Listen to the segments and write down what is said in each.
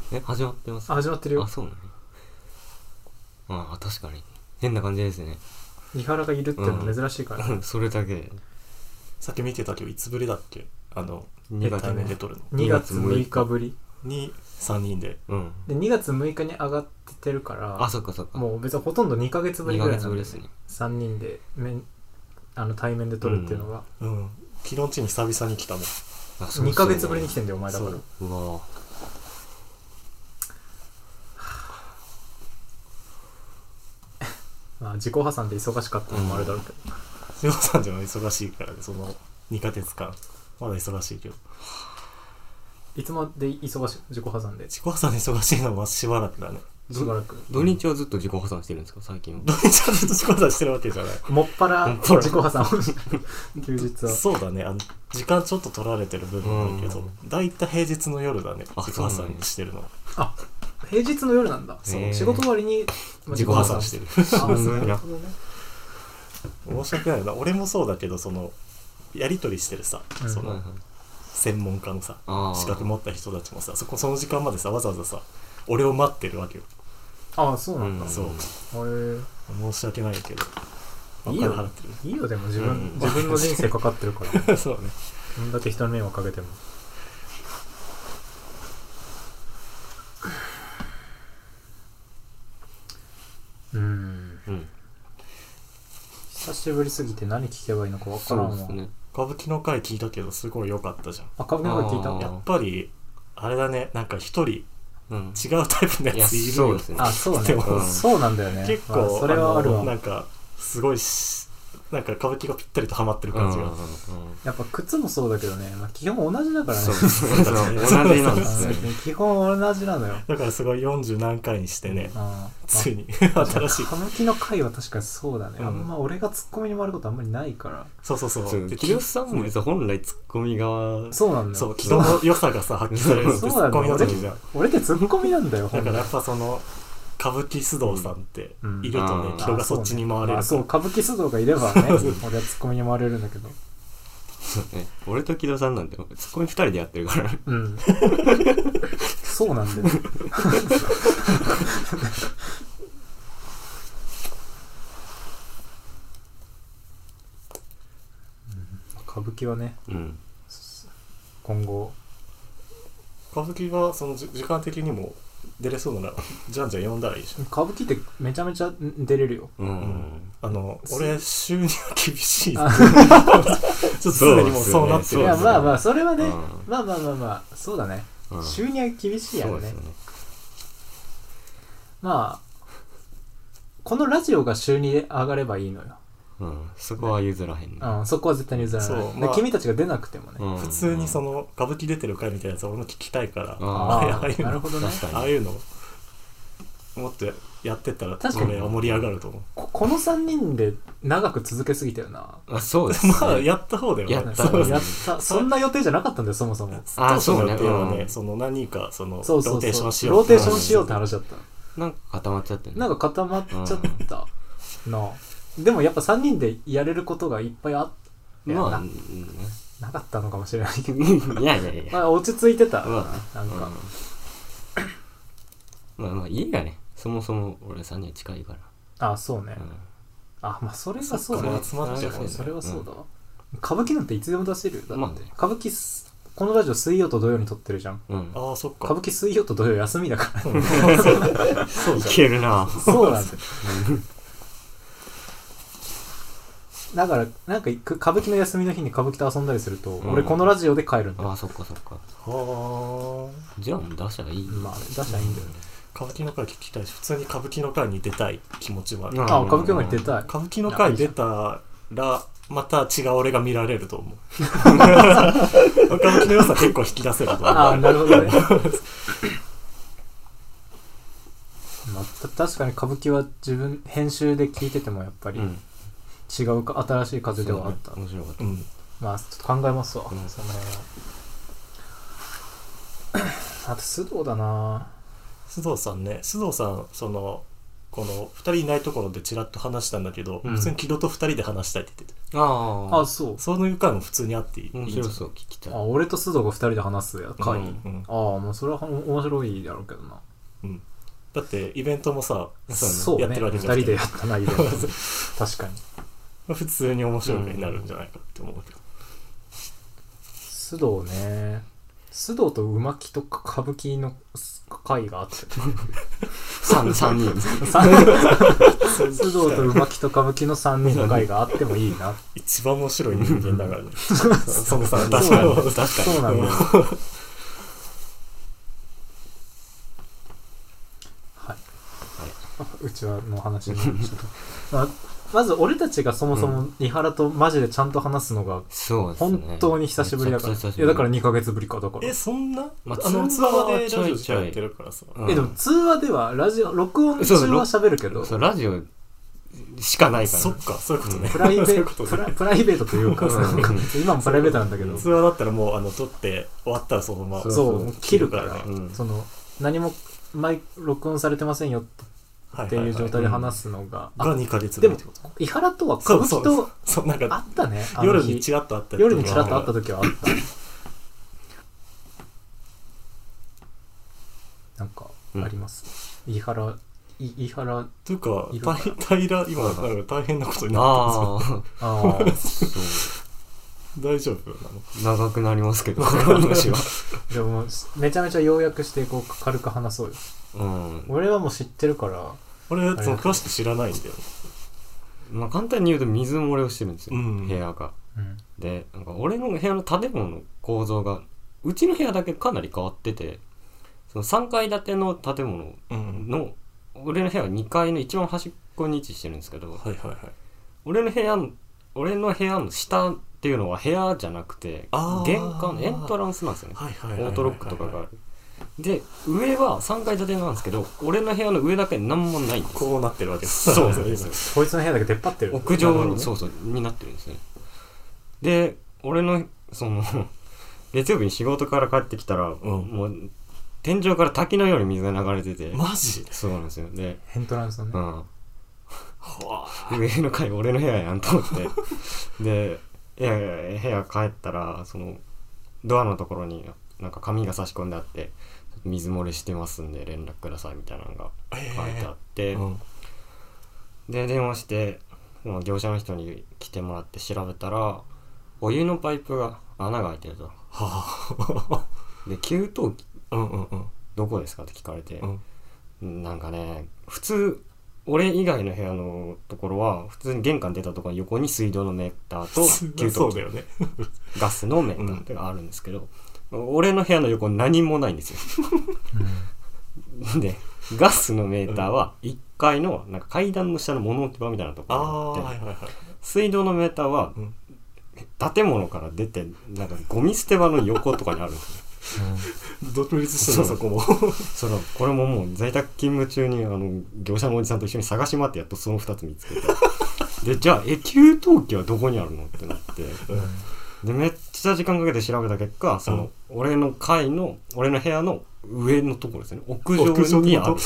始まってます。 始まってるよ。 あ、そうなの。ああ、確かに変な感じですね。 伊原がいるっていうのは珍しいから、 それだけ。 さっき見てたけどいつぶりだっけ、 2月対面で撮るの 2月6日ぶりに3人で、 で2月6日に上がってるから、 あ、そっかそっか。 もう別にほとんど2ヶ月ぶりぐらいなんで、 ですね。 3人で対面で撮るっていうのが、 昨日んちに久々に来たもん。 2ヶ月ぶりに来てんだよお前だから。 うわまあ自己破産で忙しかったのもあるだろうけど、 千代さんじゃない忙しいからね、その2ヶ月間まだ忙しいけど。 いつまで忙しい自己破産で。 自己破産で忙しいのはしばらくだね。 しばらく。 土日はずっと自己破産してるんですか最近は。 土日はずっと自己破産してるわけじゃない。 もっぱら自己破産を休日は。 そうだね、時間ちょっと取られてる部分もあるけど、だいたい平日の夜だね、自己破産してるの。 あ、平日の夜なんだ。そう仕事終わりに自己破産してる。 なるほどね。 申し訳ないな、俺もそうだけど、そのやり取りしてるさ、その専門家のさ資格持った人たちもさ、その時間までさわざわざさ俺を待ってるわけよ。 ああ、そうなんだ。 そう。申し訳ないけど。 いいよ、 払ってる。 いいよ、でも自分の人生かかってるからそうね。 こんだけ人の迷惑かけても。久しぶりすぎて何聞けばいいのか分からんわ。 そうですね。 歌舞伎の回聞いたけどすごい良かったじゃん。 あ、歌舞伎の回聞いた。 やっぱりあれだね、なんか一人違うタイプのやついるよ。 そうですね。 あ、そうね。そうなんだよね。 結構それはあるわ。 なんかすごいなんか歌舞伎がぴったりとハマってる感じが。 やっぱ靴もそうだけどね、基本同じだからね。 同じなんですね。 基本同じなのよ。 だからすごい40何回にしてね、ついに新しい歌舞伎の回は確かにそうだね。あんま俺がツッコミに回ることあんまりないから。 そう。 木下さんも別に本来ツッコミがそうなんだよ。 そう、人の良さがさ発揮されるってツッコミの時じゃん。 俺ってツッコミなんだよ。 だからやっぱその歌舞伎須藤さんっているとね、人がそっちに回れる。 そう、歌舞伎須藤がいればね、俺はツッコミに回れるんだけど。 俺と木戸さんなんてツッコミ2人でやってるから。 そうなんだよ。歌舞伎はね、今後歌舞伎がその時間的にも出れそうならじゃん呼んだらいいじゃん。 歌舞伎ってめちゃめちゃ出れるよ。 俺収入は厳しいちょっとすでにもうそうなってる。 いや、まあそれはね、まあそうだね、収入は厳しいやんね。まあこのラジオが収入上がればいいのよ。 そこは譲らへんね。 そこは絶対に譲らない。で君たちが出なくてもね、 普通にその歌舞伎出てる回みたいなやつ俺も聞きたいから、 なるほどね。 ああいうのもっとやってったら俺は盛り上がると思う。 この3人で長く続けすぎたよな。 そうですね。 まあやった方だよね。 やったそんな予定じゃなかったんだよそもそも。 そうの予定はね、その何人かそのローテーションしよう。 ローテーションしようって話だった。 なんか固まっちゃってなんか固まっちゃったな。でもやっぱ3人でやれることがいっぱいなかったのかもしれないけど。 いや落ち着いてた。なんかまあ家がね、そもそも俺3人近いから。 あ、そうね。まあそれがそうだ。 集まっちゃうね。 それはそうだわ。歌舞伎なんていつでも出せるよ。だって歌舞伎このラジオ水曜と土曜に撮ってるじゃん。 ああ、そっか。 歌舞伎水曜と土曜休みだから。 そういけるな。 そうなんだよ。だからなんか歌舞伎の休みの日に歌舞伎と遊んだりすると、俺このラジオで帰るんだよ。 あ、そっかそっか。 はあ。じゃあもう出しゃいい。 まあ出しゃいいんだよね。 歌舞伎の会聞きたいし、普通に歌舞伎の会に出たい気持ちはある。 歌舞伎の会に出たい。 歌舞伎の会出たらまた違う俺が見られると思う。歌舞伎の良さ結構引き出せると思う。 なるほどね。まあ、確かに歌舞伎は自分編集で聞いててもやっぱり違う新しい風ではあった。 面白かった。 まあちょっと考えますわ。そのあと須藤だな。 須藤さんね、須藤さんそのこの2人いないところでチラッと話したんだけど、普通に木戸と2人で話したいって言ってて、 あそういう回も普通にあっていい面白そう、聞きたい。 俺と須藤が2人で話す回、もうそれは面白いだろうけどな。 だってイベントもさ、 そうね、 やってるわけじゃん。 2人でやったなイベント確かに普通に面白い回になるんじゃないかって思うけど、 須藤ね、須藤と馬木と歌舞伎の会があって 3人須藤と馬木と歌舞伎の3人の会があってもいいな。 一番面白い人間だからねそのさ、 確かにそうなんだよはい、うちわの話にちょっとまず俺たちがそもそも伊原とマジでちゃんと話すのが本当に久しぶりだから、いやだから2ヶ月ぶりかだから。 そんな、通話でラジオしかやってるからさ。 でも通話ではラジオ録音中は喋るけど、 ラジオしかないから。 そっか、そういうことね。 プライベートというか今もプライベートなんだけど、 通話だったらもう撮って終わったらそのままそう切るから、その何も録音されてませんよっていう状態で話すのが 2ヶ月ぶりってこと。 でも伊原とは歌舞伎とあったね。 夜にチラッと会った時はあったなんかあります、伊原というか平今なんか大変なことになってます大丈夫なの？ 長くなりますけどこの話はでもめちゃめちゃ要約してこう軽く話そうよ。俺はもう知ってるから俺その詳しく知らないんだよ。 簡単に言うと水漏れをしてるんですよ、部屋が、でなんか俺の部屋の建物の構造がうちの部屋だけかなり変わってて、その3階建ての建物の、俺の部屋は2階の一番端っこに位置してるんですけど、俺の部屋の下っていうのは部屋じゃなくて玄関エントランスなんですよね。オートロックとかがある。で上は3階建てなんですけど、俺の部屋の上だけ何もないんです。 こうなってるわけです。 そうですこいつの部屋だけ出っ張ってる屋上に、になってるんですね。で俺のその月曜日に仕事から帰ってきたら、もう天井から滝のように水が流れてて。 マジで？ そうなんですよ。でエントランスのね、 上の階俺の部屋やんと思ってで部屋帰ったらそのドアのところになんか紙が差し込んであって、水漏れしてますんで連絡くださいみたいなのが書いてあって、で電話して業者の人に来てもらって調べたら、お湯のパイプが穴が開いてると。で給湯器、どこですかって聞かれて、なんかね普通俺以外の部屋のところは普通に玄関出たところに横に水道のメーターと給湯器ガスのメーターがあるんですけど、俺の部屋の横に何もないんですよ、でガスのメーターは1階のなんか階段の下の物置き場みたいなところがあって、水道のメーターは建物から出てなんかゴミ捨て場の横とかにあるんですよ。 独立してるそこもこれももう在宅勤務中に業者のおじさんと一緒に探し回ってやっとその2つ見つけてでじゃあ給湯器はどこにあるのってなって、でめっちゃ時間かけて調べた結果、その俺の部屋の上のところですね、屋上にある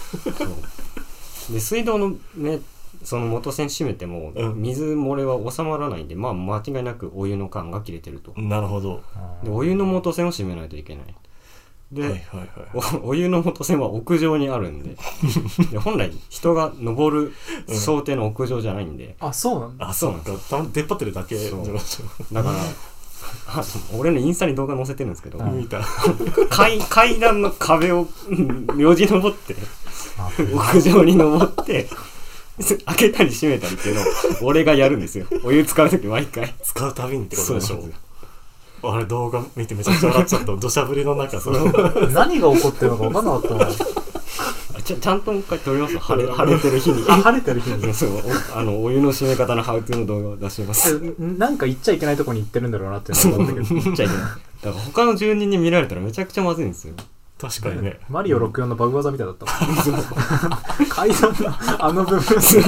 で水道のその元栓閉めても水漏れは収まらないんで、間違いなくお湯の管が切れてると。 なるほど。 でお湯の元栓を閉めないといけない。で、お湯の元栓は屋上にあるんでで本来人が登る想定の屋上じゃないんで、 そうなんだ。 そうなんだ。出っ張ってるだけだから俺のインスタに動画載せてるんですけど、階段の壁をよじ登って屋上に登って開けたり閉めたりっていうのを俺がやるんですよ。お湯使うとき毎回使うたびにってことでしょ。あれ動画見てめちゃくちゃ笑っちゃった。土砂降りの中何が起こってるのか分かんなかったわ。 ちゃんともう一回撮ります。晴れてる日に晴れてる日にそうお湯の閉め方のハウトゥーの動画を出します。 なんか行っちゃいけないとこに行ってるんだろうなって思うんだけど行っちゃいけない。だから他の住人に見られたらめちゃくちゃまずいんですよ。 確かにね。 マリオ64のバグ技みたいだったもん。階段の部分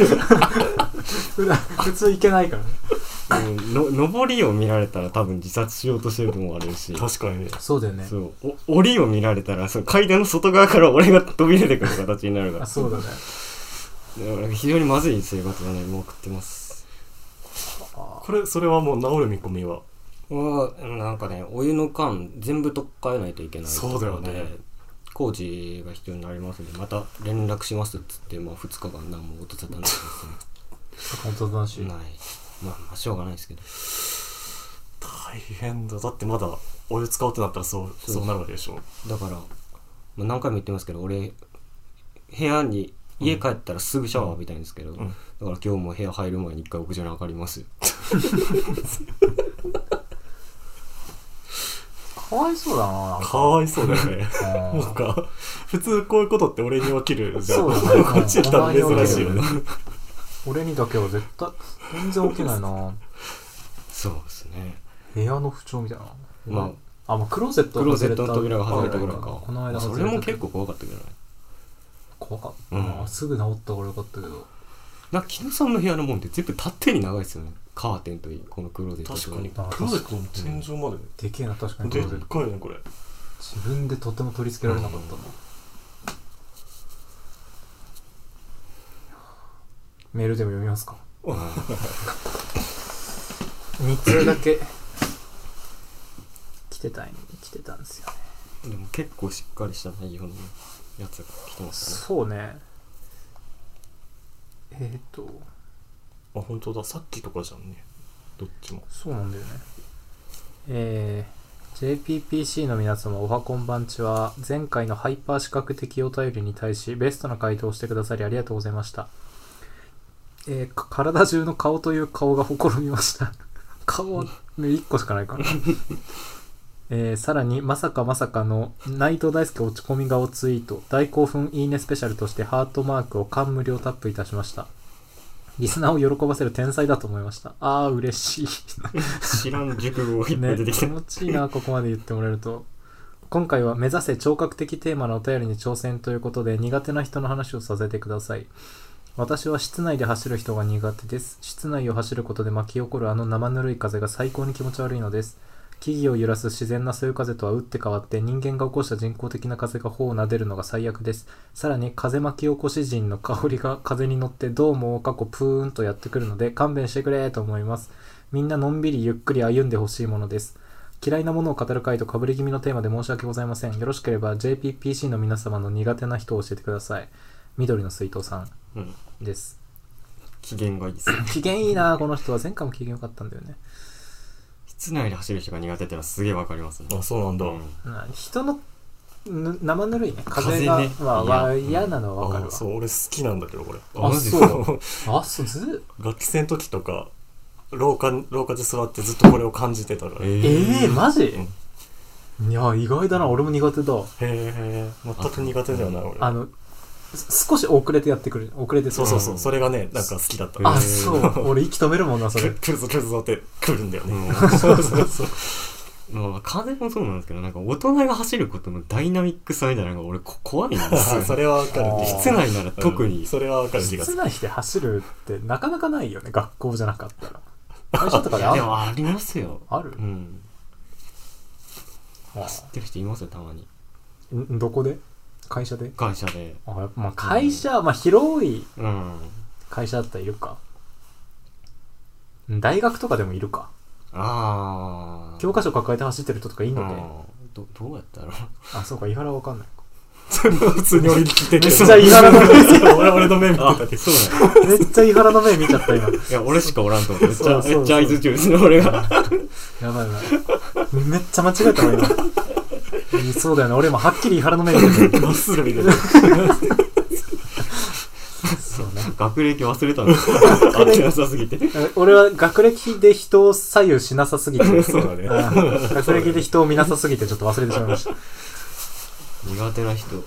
普通行けないからね。 上りを見られたら多分自殺しようとしてると思われるし、 確かにね。 そうだよね。 降りを見られたらその階段の外側から俺が飛び出てくる形になるから。 そうだね。 から非常にまずい生活をねもう送ってます。 それはもう治る見込みはなんかね、お湯の缶全部取っ替えないといけない。 そうだよね。 工事が必要になりますのでまた連絡しますっつって、2日間何も音沙汰ないですね。音沙汰なしない。まあしょうがないですけど。 大変だ。だってまだお湯使おうってなったらそうなるわけでしょ。 だから、何回も言ってますけど、俺部屋に家帰ったらすぐシャワー浴びたいんですけど、だから今日も部屋入る前に一回屋上に上がりますよ。 かわいそうだな。 かわいそうだよね。なんか普通こういうことって俺に起きるじゃん。 そうだね。 こっち来たら珍しいよね。 俺にだけは絶対全然起きないな。 そうですね。 部屋の不調みたいな。 まあクローゼットの扉が外れたぐらいか。 この間それも結構怖かったけどね。 怖かった。すぐ治ったからよかったけど。 なんか木野さんの部屋のもんって全部縦に長いですよね。カーテンといい、このクローゼットといい。 確かに。クローゼットの天井まで。 でけえな、確かに。 でっかいね、これ。 自分でとても取り付けられなかったな。メールでも読みますか。3つだけ来てたんですよね。 でも結構しっかりした内容のやつが来てますね。 そうね。 本当だ、さっきとかじゃんね。どっちも。 そうなんだよね。JPPC の皆様、おはこんばんちは。前回のハイパー視覚的お便りに対しベストな回答をしてくださりありがとうございました。体中の顔という顔がほころびました。顔は1個しかないから。さらにまさかの内藤大輔落ち込み顔ツイート大興奮いいねスペシャルとしてハートマークを感無量タップいたしました。リスナーを喜ばせる天才だと思いました。嬉しい。 知らん熟語がいっぱい出てきた、 ね、気持ちいいな、ここまで言ってもらえると。今回は目指せ聴覚的テーマのお便りに挑戦ということで苦手な人の話をさせてください。私は室内で走る人が苦手です。室内を走ることで巻き起こるあの生ぬるい風が最高に気持ち悪いのです。木々を揺らす自然なそよ風とは打って変わって人間が起こした人工的な風が頬を撫でるのが最悪です。さらに風巻き起こし陣の香りが風に乗ってどうも過去プーンとやってくるので勘弁してくれと思います。みんなのんびりゆっくり歩んでほしいものです。嫌いなものを語る回と被り気味のテーマで申し訳ございません。よろしければ JPPC の皆様の苦手な人を教えてください。緑の水筒さんです、 機嫌がいいですね。 機嫌いいな、この人は。前回も機嫌良かったんだよね。 室内で走る人が苦手ってのはすげえわかりますね。 そうなんだ。 人の生ぬるいね風がね、嫌なのはわかるわ。 そう俺好きなんだけどこれ。 そう楽器生の時とか廊下で座ってずっとこれを感じてたから。 マジ？いや意外だな、俺も苦手だ。 全く苦手ではない俺。 少し遅れてやってくる。遅れてそうそれがねなんか好きだった。 そう俺息止めるもんなそれ。 来るぞって来るんだよね。 まあ風もそうなんですけど、なんか大人が走ることのダイナミックさみたいなのが俺怖いんですよ。 それはわかる。 室内なら特に、 それはわかる気がする。 室内で走るってなかなかないよね、学校じゃなかったら。会社とかである？ でもありますよ。 ある？ 走ってる人いますよたまに。 どこで？会社で？ 会社で。 会社、広い会社だったらいるか。大学とかでもいるか。教科書抱えて走ってる人とかいいのね。 どうやったら。 そうか、井原わかんないか。 普通に俺に聞いてめっちゃ井原の目俺の目見てたけど。 めっちゃ井原の目見ちゃった今。いや俺しかおらんと思ってめっちゃ合図中ですね俺が。 やばいめっちゃ間違えたわ今。そうだよね、俺もはっきり井原の目見てた。 まっすぐ見てた。 そうね。 学歴忘れたんですよ。学歴なさすぎて。 俺は学歴で人を左右しなさすぎて。 そうだね。 学歴で人を見なさすぎてちょっと忘れてしまいました。 苦手な人。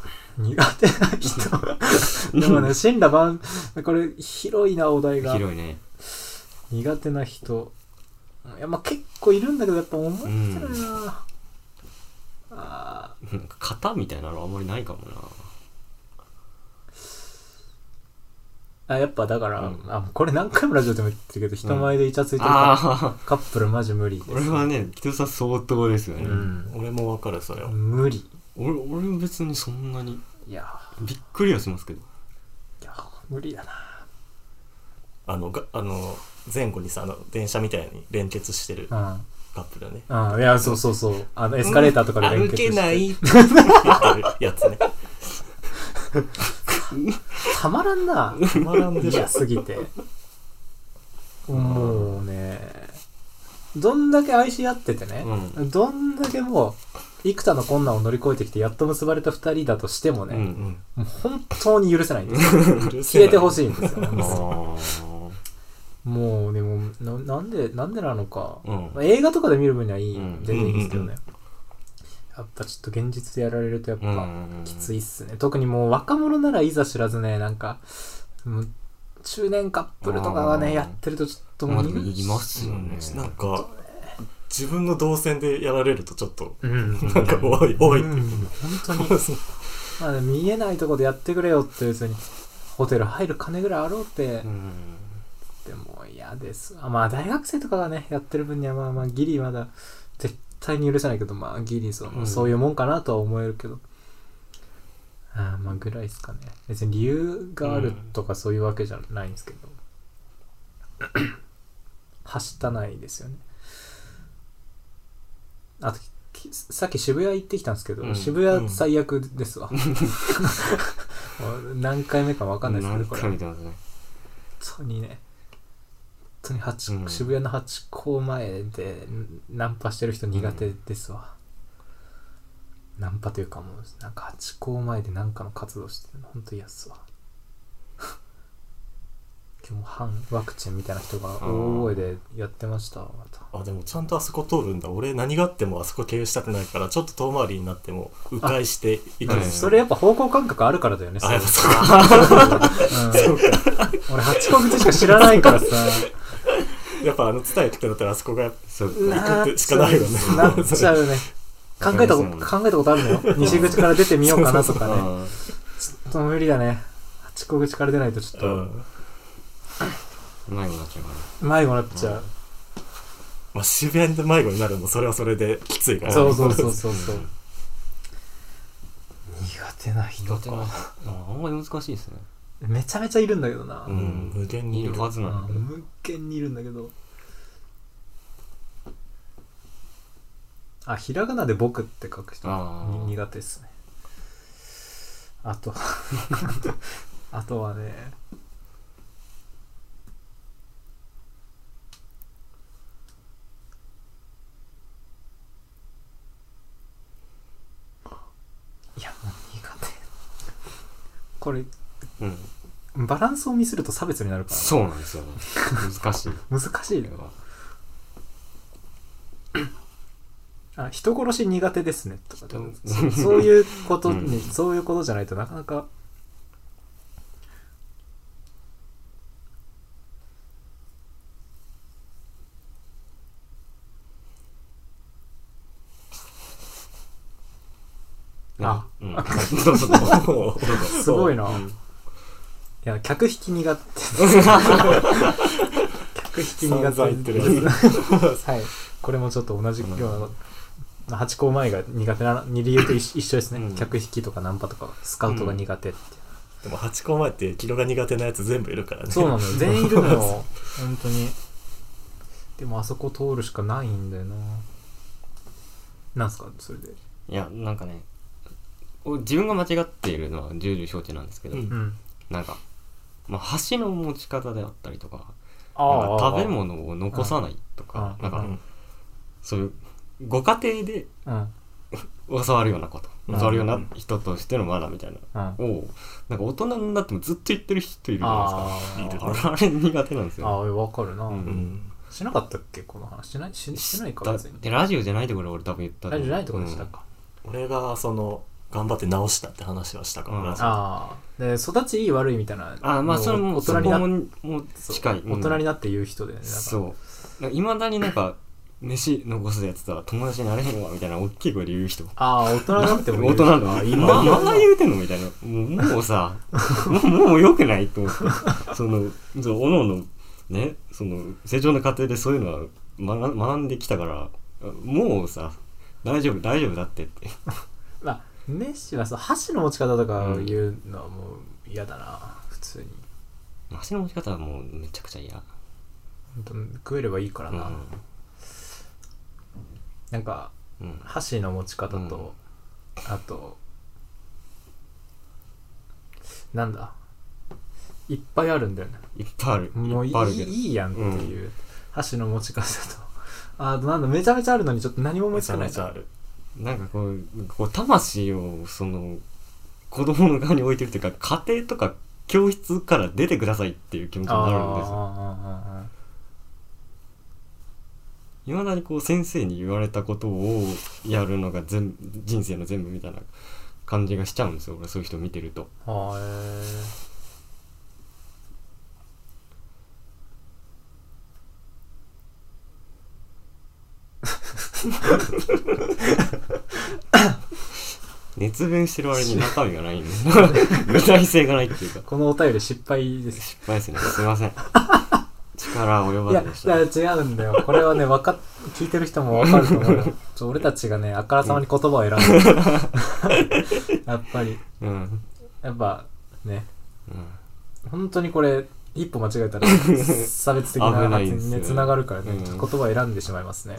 でもね、神羅万これ広いなお題が。 広いね。 苦手な人。いや結構いるんだけどやっぱ思いつかないな。 なんか型みたいなのあんまりないかもな。やっぱだから、これ何回もラジオでも言ってるけど、人前でイチャついてるカップルマジ無理です。 これはね、木戸さん相当ですよね。 俺もわかるそれは。 無理。 俺別にそんなにいやびっくりはしますけど。 いや無理だな。 前後にさ電車みたいに連結してるカップルね。 いやそうそうそう、エスカレーターとかで連結して、 歩けないって言ってるやつね。 たまらんな。 たまらんでしょ。 嫌すぎて。もうね、どんだけ愛し合っててね、どんだけもう幾多の困難を乗り越えてきてやっと結ばれた二人だとしてもね、もう本当に許せないんですよ。消えてほしいんですよ。もうでもなんでなのか、映画とかで見る分にはいい、全然いいんですけどね。やっぱちょっと現実でやられるとやっぱきついっすね。特にもう若者ならいざ知らずね、なんかもう中年カップルとかがねやってるとちょっともういますよね。 なんか自分の動線でやられるとちょっとなんか多いっていう、 本当にまあ、ね、見えないとこでやってくれよって別にホテル入る金ぐらいあろうって、でも嫌です。まあ大学生とかがねやってる分にはまあギリまだ絶対に許せないけど、まあギリそういうもんかなとは思えるけど、まあぐらいですかね。別に理由があるとかそういうわけじゃないんですけど、はしたないですよね。あとさっき渋谷行ってきたんですけど、渋谷最悪ですわ。何回目か分かんないですけど、これ何回見てますね。 本当にね、本当に渋谷のハチ公前でナンパしてる人苦手ですわ。ナンパというかもうなんかハチ公前で何かの活動してるの本当嫌っすわ。今日も反ワクチンみたいな人が大声でやってました。 でもちゃんとあそこ通るんだ。俺何があってもあそこ経由したくないからちょっと遠回りになっても迂回していくんです。 それやっぱ方向感覚あるからだよね。 やっぱそうか。俺ハチ公口しか知らないからさ。 やっぱ伝えてくれたらあそこが行くってしかないよね。 なっちゃうね。考えたことあるのよ。西口から出てみようかなとかね。ちょっと無理だね。ハチ公口から出ないとちょっと迷子になっちゃうかな。迷子になっちゃう。 まあ渋谷で迷子になるのそれはそれできついから。 そう。苦手な人か。 あんまり難しいですね。 めちゃめちゃいるんだけどな。 無限にいるはずなんだ。 無限にいるんだけど。ひらがなで僕って書く人苦手ですね。あとはね、いやもう苦手。これ、バランスをミスると差別になるから、ね。 そうなんですよね。難しい。 難しいね。人殺し苦手ですねとかそういうことに、そういうことじゃないとなかなか。すごいな。いや客引き苦手。客引き苦手です。はい。これもちょっと同じようなハチ公前が苦手な理由と一緒ですね。客引きとかナンパとかスカウトが苦手って。 でもハチ公前ってキロが苦手なやつ全部いるからね。 そうなのよ。全員いるのよ。本当に。でもあそこ通るしかないんだよな。なんすかそれで。 いやなんかね。自分が間違っているのは重々承知なんですけど、なんか、箸の持ち方であったりとか、食べ物を残さないとか、なんか、そういうご家庭で教わるようなこと、教わるような人としてのマナーみたいなを、なんか大人になってもずっと言ってる人いるじゃないですか。あれ苦手なんですよ。 わかるな。しなかったっけこの話。しないか別に。 でラジオじゃないところ俺多分言った。 ラジオじゃないところでしたか。 俺が頑張って直したって話はしたからな。 で育ちいい悪いみたいな。 それも大人にも近い。 大人になって言う人でね。 そういまだになんか飯残すやつとは友達になれへんわみたいな大きい声で言う人。 大人になっても大人なんだ。今まだ言うてんのみたいな。もうさもう良くないと思って。おのおのね成長の過程でそういうのは学んできたからもうさ大丈夫だってって。 飯は箸の持ち方とか言うのはもう嫌だな、普通に。 箸の持ち方はもうめちゃくちゃ嫌。 食えればいいからな、なんか、箸の持ち方と、あとなんだいっぱいあるんだよね。 いっぱいある。 もういいやんっていう、箸の持ち方となんだめちゃめちゃあるのにちょっと何も思いつかない。 めちゃめちゃある。 なんかこう魂をその子供の側に置いてるというか、家庭とか教室から出てくださいっていう気持ちになるんですよ。いまだにこう先生に言われたことをやるのが人生の全部みたいな感じがしちゃうんですよ、俺そういう人見てると。熱弁してる割に中身がないんで具体性がないっていうか。 このお便り失敗です。 失敗ですね、すいません力及ばずでした。 いや違うんだよ、これはね聞いてる人も分かると思うよ俺たちがねあからさまに言葉を選んでやっぱり、やっぱね、本当にこれ一歩間違えたら差別的な発言にねつながるからね、言葉を選んでしまいますね。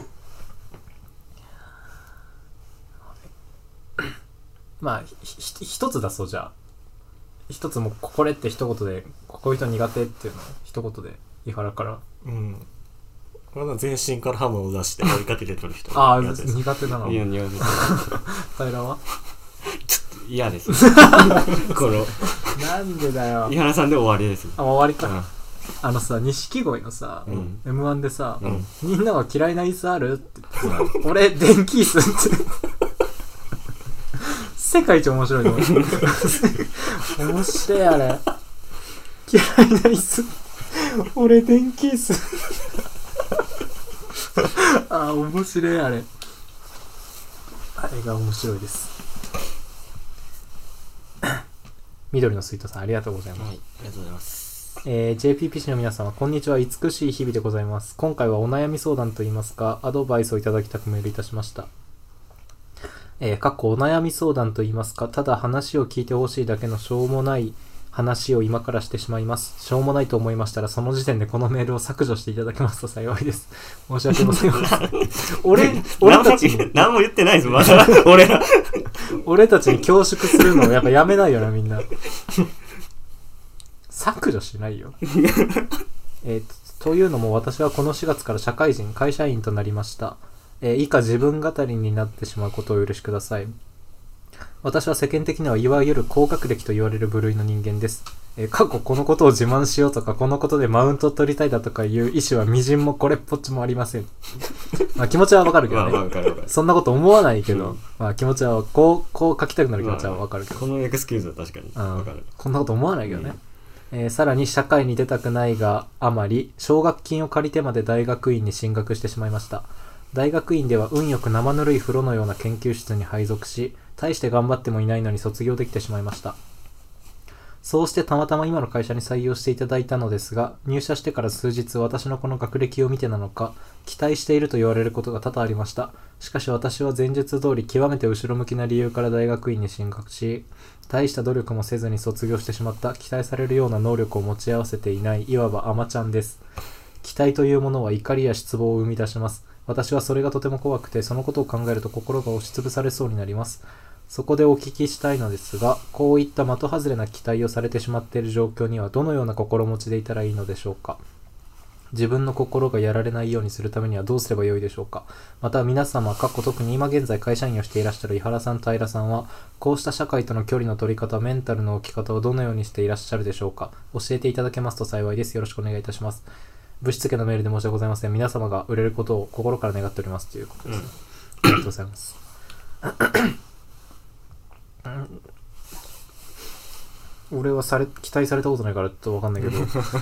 まあ一つ出そう。じゃあ一つもうこれって一言でこういう人苦手っていうのを一言で井原から。 これは全身からハムを出して追いかけてくる人が苦手です。苦手なの。 いや苦手です。 平はちょっと嫌ですこのなんでだよ。 井原さんで終わりです。 終わりか。さ錦鯉のさ、M1 でさ、みんなは嫌いな椅子あるって言ってさ、俺電気椅子って世界一面白いの面白いあれ。嫌いな椅子俺電気椅子面白いあれ。あれが面白いです。緑のスイートさんありがとうございます。 はい、ありがとうございます。 JPP の皆様こんにちは。美しい日々でございます。今回はお悩み相談といいますかアドバイスをいただきたくメールいたしました。お悩み相談といいますか、ただ話を聞いてほしいだけのしょうもない話を今からしてしまいます。しょうもないと思いましたらその時点でこのメールを削除していただけますと幸いです。申し訳ございません俺たちに何も言ってないですまだ俺たちに恐縮するのをやっぱやめないよなみんな削除しないよというのも私はこの4月から会社員となりました。以下自分語りになってしまうことをお許しください。私は世間的にはいわゆる高学歴と言われる部類の人間です。過去このことを自慢しようとかこのことでマウントを取りたいだとかいう意思はみじんもこれっぽっちもありませんまあ気持ちはわかるけどねそんなこと思わないけど、まあ気持ちはこう書きたくなる気持ちはわかるけど、 このエクスキューズは確かにわかる。 こんなこと思わないけどね、さらに社会に出たくないがあまり奨学金を借りてまで大学院に進学してしまいました。大学院では運よく生ぬるい風呂のような研究室に配属し、大して頑張ってもいないのに卒業できてしまいました。そうしてたまたま今の会社に採用していただいたのですが、入社してから数日私のこの学歴を見てなのか、期待していると言われることが多々ありました。しかし私は前述通り極めて後ろ向きな理由から大学院に進学し、大した努力もせずに卒業してしまった期待されるような能力を持ち合わせていないいわばアマちゃんです。期待というものは怒りや失望を生み出します。私はそれがとても怖くて、そのことを考えると心が押しつぶされそうになります。そこでお聞きしたいのですが、こういった的外れな期待をされてしまっている状況にはどのような心持ちでいたらいいのでしょうか。自分の心がやられないようにするためにはどうすればよいでしょうか。また皆様、特に今現在会社員をしていらっしゃる井原さん、平さんは、こうした社会との距離の取り方、メンタルの置き方をどのようにしていらっしゃるでしょうか。教えていただけますと幸いです。よろしくお願いいたします。ぶしつけのメールで申し訳ございません。皆様が売れることを心から願っておりますということです。ありがとうございます。俺は期待されたことないからちょっと分かんないけど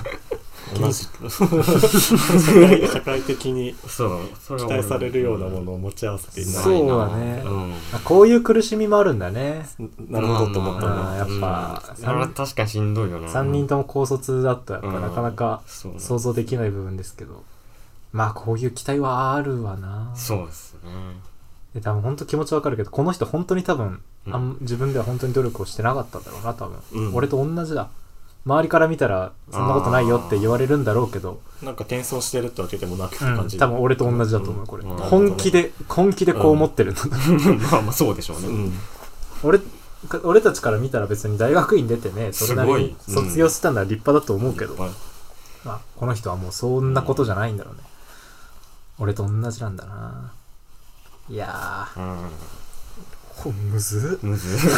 社会的に期待されるようなものを持ち合わせていないな。 そうだね、こういう苦しみもあるんだね。 なるほどと思ったな。 やっぱ、 確かにしんどいよな。 3人とも高卒だったらなかなか想像できない部分ですけど、まあこういう期待はあるわな。 そうですね。 で多分本当気持ちわかるけど、この人本当に多分、自分では本当に努力をしてなかったんだろうな多分、俺と同じだ。 周りから見たらそんなことないよって言われるんだろうけど、 なんか謙遜してるってわけでもなくって感じ、 多分俺と同じだと思う、これ、本気でこう思ってるんだ、 まあそうでしょうね、 俺たちから見たら別に大学院出てね、それなりに卒業したのは立派だと思うけど、まあこの人はもうそんなことじゃないんだろうね、俺と同じなんだな。いやー、むずっ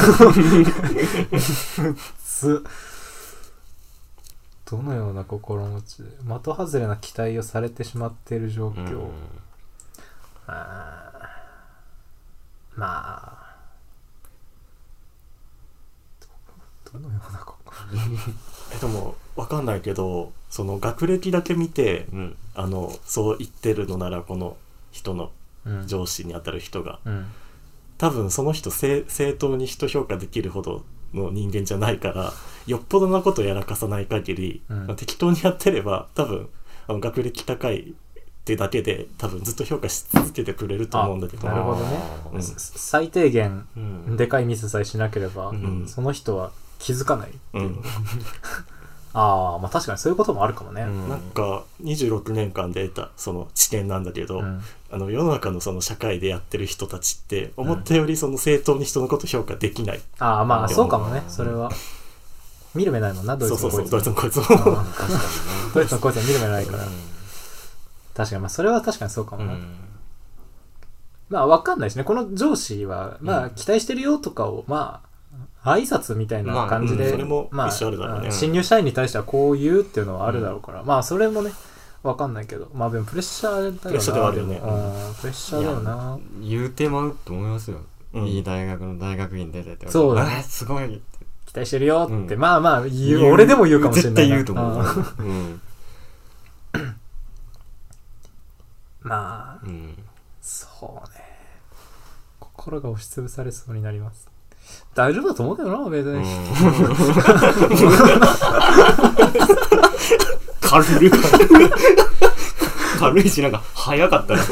どのような心持ちで的外れな期待をされてしまっている状況、まあどのような心でも分かんないけど、その学歴だけ見て、そう言ってるのなら、この人の上司にあたる人が、多分その人正当に人評価できるほどの人間じゃないから、よっぽどなことやらかさない限り、適当にやってれば多分学歴高いってだけで多分ずっと評価し続けてくれると思うんだけど。 なるほどね、最低限、でかいミスさえしなければ、その人は気づかないっていう、まあ確かにそういうこともあるかもね、 なんか26年間で得たその知見なんだけど、世の中のその社会でやってる人たちって思ったよりその正当に人のこと評価できない、 まあそうかもね、それは見る目ないもんな、ドイツのこいつも。 ドイツのこいつも確かにね、ドイツのこいつは見る目ないから、確かに、まあそれは確かにそうかもな、まあ分かんないしね、この上司はまあ期待してるよとかを挨拶みたいな感じで、 それも一緒あるだろうね、 新入社員に対してはこう言うっていうのはあるだろうから、まあそれもね分かんないけど、まあでもプレッシャーだよな、 プレッシャーではあるよね、 プレッシャーだよな。 言うてまうと思いますよ、いい大学の大学院出てて、 そうだね、 すごい期待してるよって、まあ俺でも言うかもしれないな、 絶対言うと思う、 まあ、そうね、心が押しつぶされそうになります。大丈夫だと思うけどな、別に。 軽いし、なんか早かったな。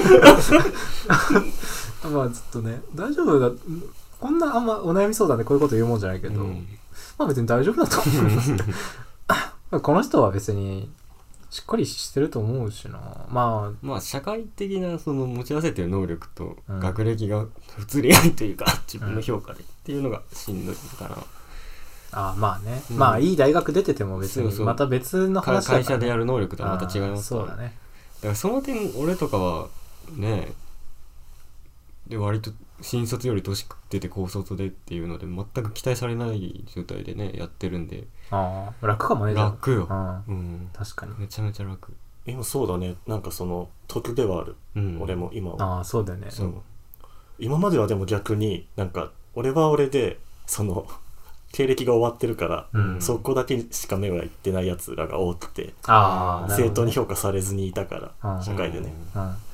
まあちょっとね、大丈夫だ、こんなあんまお悩み相談でこういうこと言うもんじゃないけど、まあ別に大丈夫だと思います。この人は別にしっかりしてると思うしな。まあ社会的なその持ち合わせてる能力と学歴が不釣り合いというか、自分の評価でっていうのがしんどいかな。 まあね、まあいい大学出てても別にまた別の話だから、 会社でやる能力とはまた違いますから。 そうだね。 だからその点俺とかはね、で割と新卒より年出て高卒でっていうので全く期待されない状態でねやってるんで、 楽かもね。 楽よ、 確かにめちゃめちゃ楽。 今そうだね、なんかその得ではある、俺も今は。 そうだよね。 今まではでも逆になんか俺は俺でその経歴が終わってるから、そこだけしか目がいってないやつらが多くて、正当に評価されずにいたから、社会でね、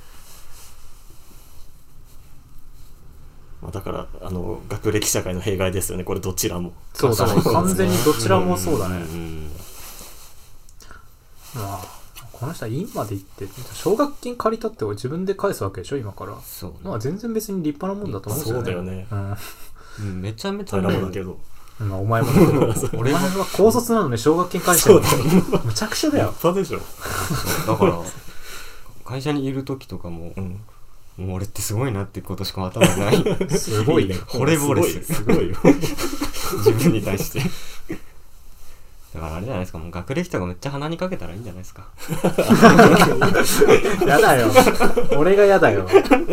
だから学歴社会の弊害ですよね、これどちらも。 そうだね、完全にどちらもそうだね。この人は院まで行って奨学金借りたって自分で返すわけでしょ今から。 そう、 まあ全然別に立派なもんだと思うんですよね。 そうだよね、 めちゃめちゃ大変だけど、 お前もだけど俺は高卒なのに奨学金返してるのむちゃくちゃだよ。 立派でしょ。 だから会社にいる時とかも、もう俺ってすごいなってことしか頭にない。 すごいね。 惚れ惚れすごいよ。 自分に対して。だからあれじゃないですか、もう学歴とかめっちゃ鼻にかけたらいいんじゃないですか。 やだよ。俺がやだよ。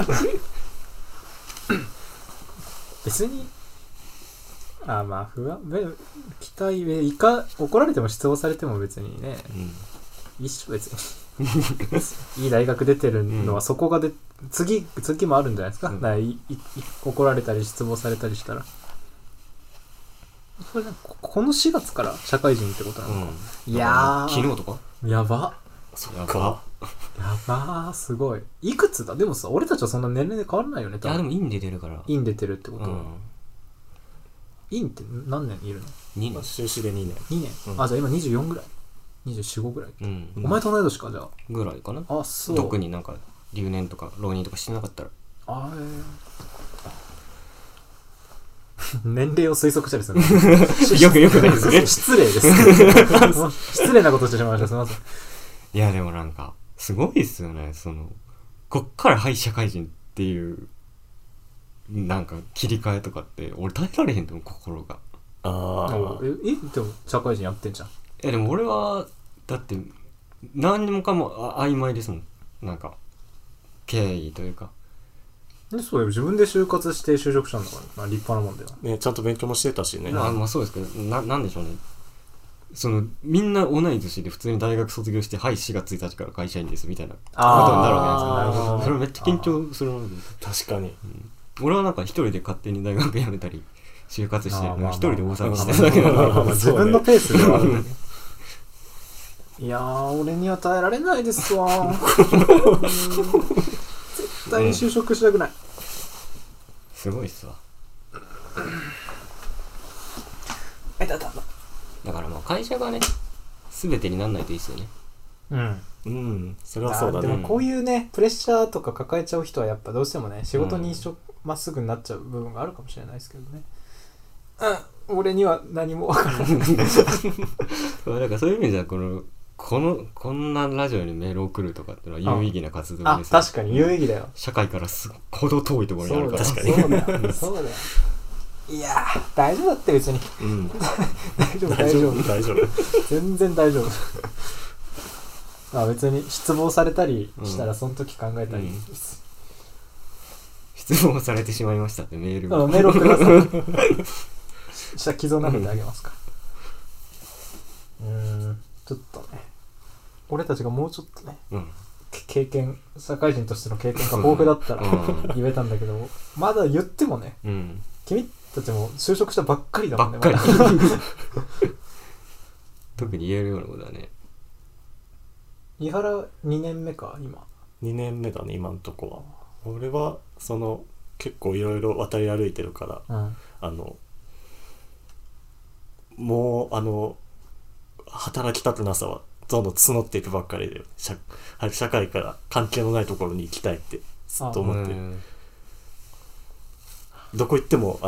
別にまあ不安、期待怒られても失望されても別にね、一緒別に。いい大学出てるのはそこが次もあるんじゃないですか。怒られたり失望されたりしたら。これこの4月から社会人ってことなのか。いやー、 昨日とかやば。 そっか。 やばー、すいいくつだ。でもさ、俺たちはそんな年齢で変わらないよね。 いやでも院出てるから。 院出てるってことは、院って何年いるの ？2年。修士で2年。 2年、じゃあ今24ぐらい、24、5ぐらい、お前と同い年か。じゃあぐらいかな。 そう。 特になんか留年とか浪人とかしてなかったら。 年齢を推測したりするよくないですね。 失礼です失礼なことしてしまいました。すみません。 いやでもなんかすごいっすよね。こっからはい社会人っていうなんか切り替えとかって俺耐えられへんと思う、心が。 ああ。 でも社会人やってんじゃん。 でも俺はだって何にもかも曖昧ですもん。なんか経緯というか。 そうよ、自分で就活して就職したんだから、立派なもんだよね。ちゃんと勉強もしてたしね。 まあそうですけど、なんでしょうね。みんな同い年で普通に大学卒業して、はい、4月1日から会社員ですみたいなことになるわけですよ。それめっちゃ緊張するので。 確かに、 俺はなんか一人で勝手に大学辞めたり就活してるの一人で大騒ぎしてるだけなので、 自分のペースではある、ね、いやー俺には耐えられないですわ絶対に就職したくない、 すごいっすわ。だからまあ会社がね全てになんないといいっすよね。 それはそうだね。 でもこういうねプレッシャーとか抱えちゃう人はやっぱどうしてもね仕事にまっすぐになっちゃう部分があるかもしれないですけどね。俺には何も分からないだからそういう意味ではこんなラジオにメールを送るとかっていうのは有意義な活動ですよ。 確かに有意義だよ。 社会からほど遠いところにあるから。 確かにそうだよいやー大丈夫だって別に、大丈夫全然大丈夫別に失望されたりしたらその時考えたり、 失望されてしまいましたってメールメールをくださいしたら傷を舐めてあげますからちょっとね俺たちがもうちょっとね、社会人としての経験が豊富だったら言えたんだけど、まだ言ってもね、君たちも就職したばっかりだもんね。 特に言えるようなことはね。 伊原2年目か今。 2年目だね今のとこは。俺は結構いろいろ渡り歩いてるから、もう働きたくなさはどんどん募っていくばっかりで、社会から関係のないところに行きたいってずっと思ってる。どこ行っても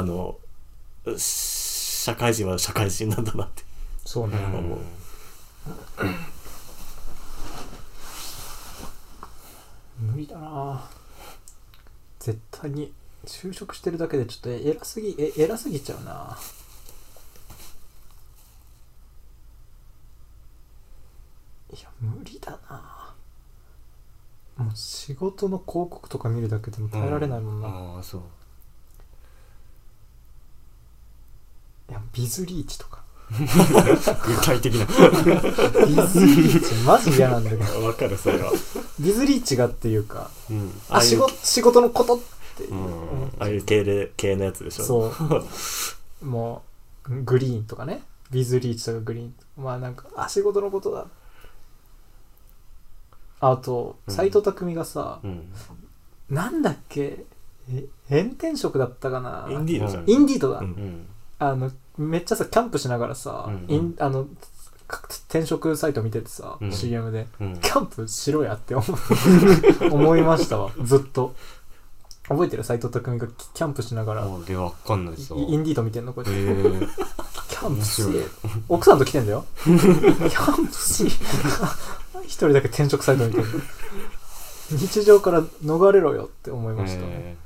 社会人は社会人なんだなってそうね思う。 無理だな絶対に就職してるだけでちょっと偉すぎちゃうな。いや無理だな。もう仕事の広告とか見るだけでも耐えられないもんな。 ああそう。 いやビズリーチとか具体的なビズリーチマジ嫌なんだけど。 わかるそれは。 ビズリーチがっていうか、仕事のことっていう、 ああいう系のやつでしょ。 そうもうグリーンとかね、ビズリーチとかグリーン、まあなんか仕事のことだ。あと斎藤工がさ、なんだっけ炎天職だったかな。 インディードじゃん。 インディードだ。めっちゃさキャンプしながらさ、転職サイト見ててさ、CM で、キャンプしろやって思いましたわ。ずっと覚えてる？斎藤工がキャンプしながらわかんないですよ。 インディード見てんのこれ。キャンプしろ奥さんと来てんだよキャンプし一人だけ転職サイト見てる日常から逃れろよって思いましたね。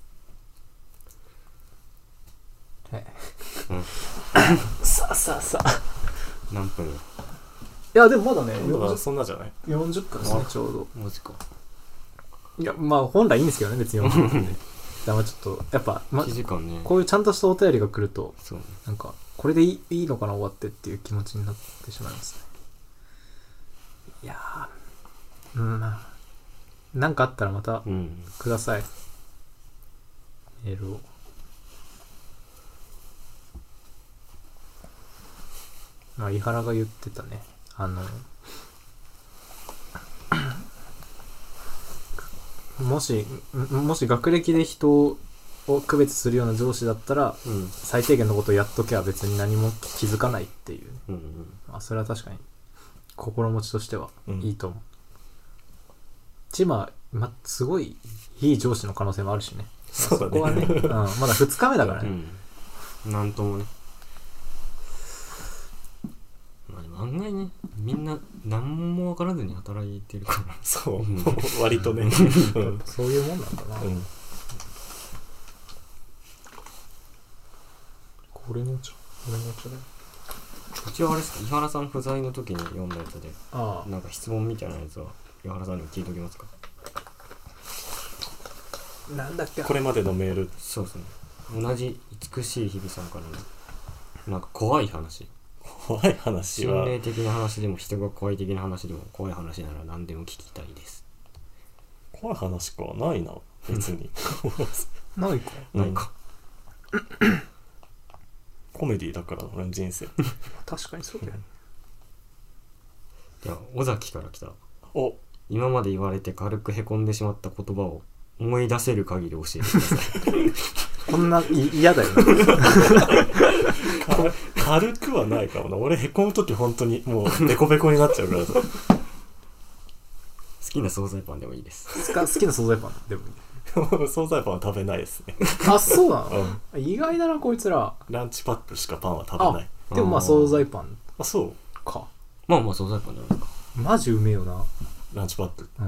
さあ何分？いやでもまだねそんなじゃない 40分ですねちょうど。 マジか。 いやまあ本来いいんですけどね別に40分でだからちょっとやっぱ、 時間ね、 こういうちゃんとしたお便りが来るとそう、ね、 なんかこれでいいのかな終わってっていう気持ちになってしまいますね。いやなんかあったらまたください、メールを。井原が言ってたね、もし学歴で人を区別するような上司だったら、最低限のことをやっとけば別に何も気づかないっていう、それは確かに心持ちとしてはいいと思う。すごいいい上司の可能性もあるしね。 そうだね。 そこはね、まだ2日目だからね。 なんともね。まあでも案外ね、みんな何も分からずに働いてるからそう、割とね、うん、 そういうもんなんだな、これの茶だよ。 うちはあれですか、井原さん不在の時に読んだやつで、なんか質問みたいなやつは井原さんにも聞いておきますか。 なんだっけ、 これまでのメール。 そうですね、同じ美しい日々さんからのなんか怖い話は心霊的な話でも人が怖い的な話でも怖い話なら何でも聞きたいです。 怖い話かないな別にないか、 コメディだから俺の人生確かにそうだよね。 いや、尾崎から来た。 お、 今まで言われて軽くへこんでしまった言葉を思い出せる限り教えてくださいこんな嫌だよね軽くはないかもな。俺へこむとき本当にもうベコベコになっちゃうからさ好きな惣菜パンでもいいです。 好きな惣菜パンでもいい惣菜パンは食べないですね。 あ、そうなの、意外だなこいつら。 ランチパックしかパンは食べない。 でもまあ惣菜パン。 あ、そうか。 まあまあ惣菜パンじゃないですか。 マジうめえよなランチパック。 うん、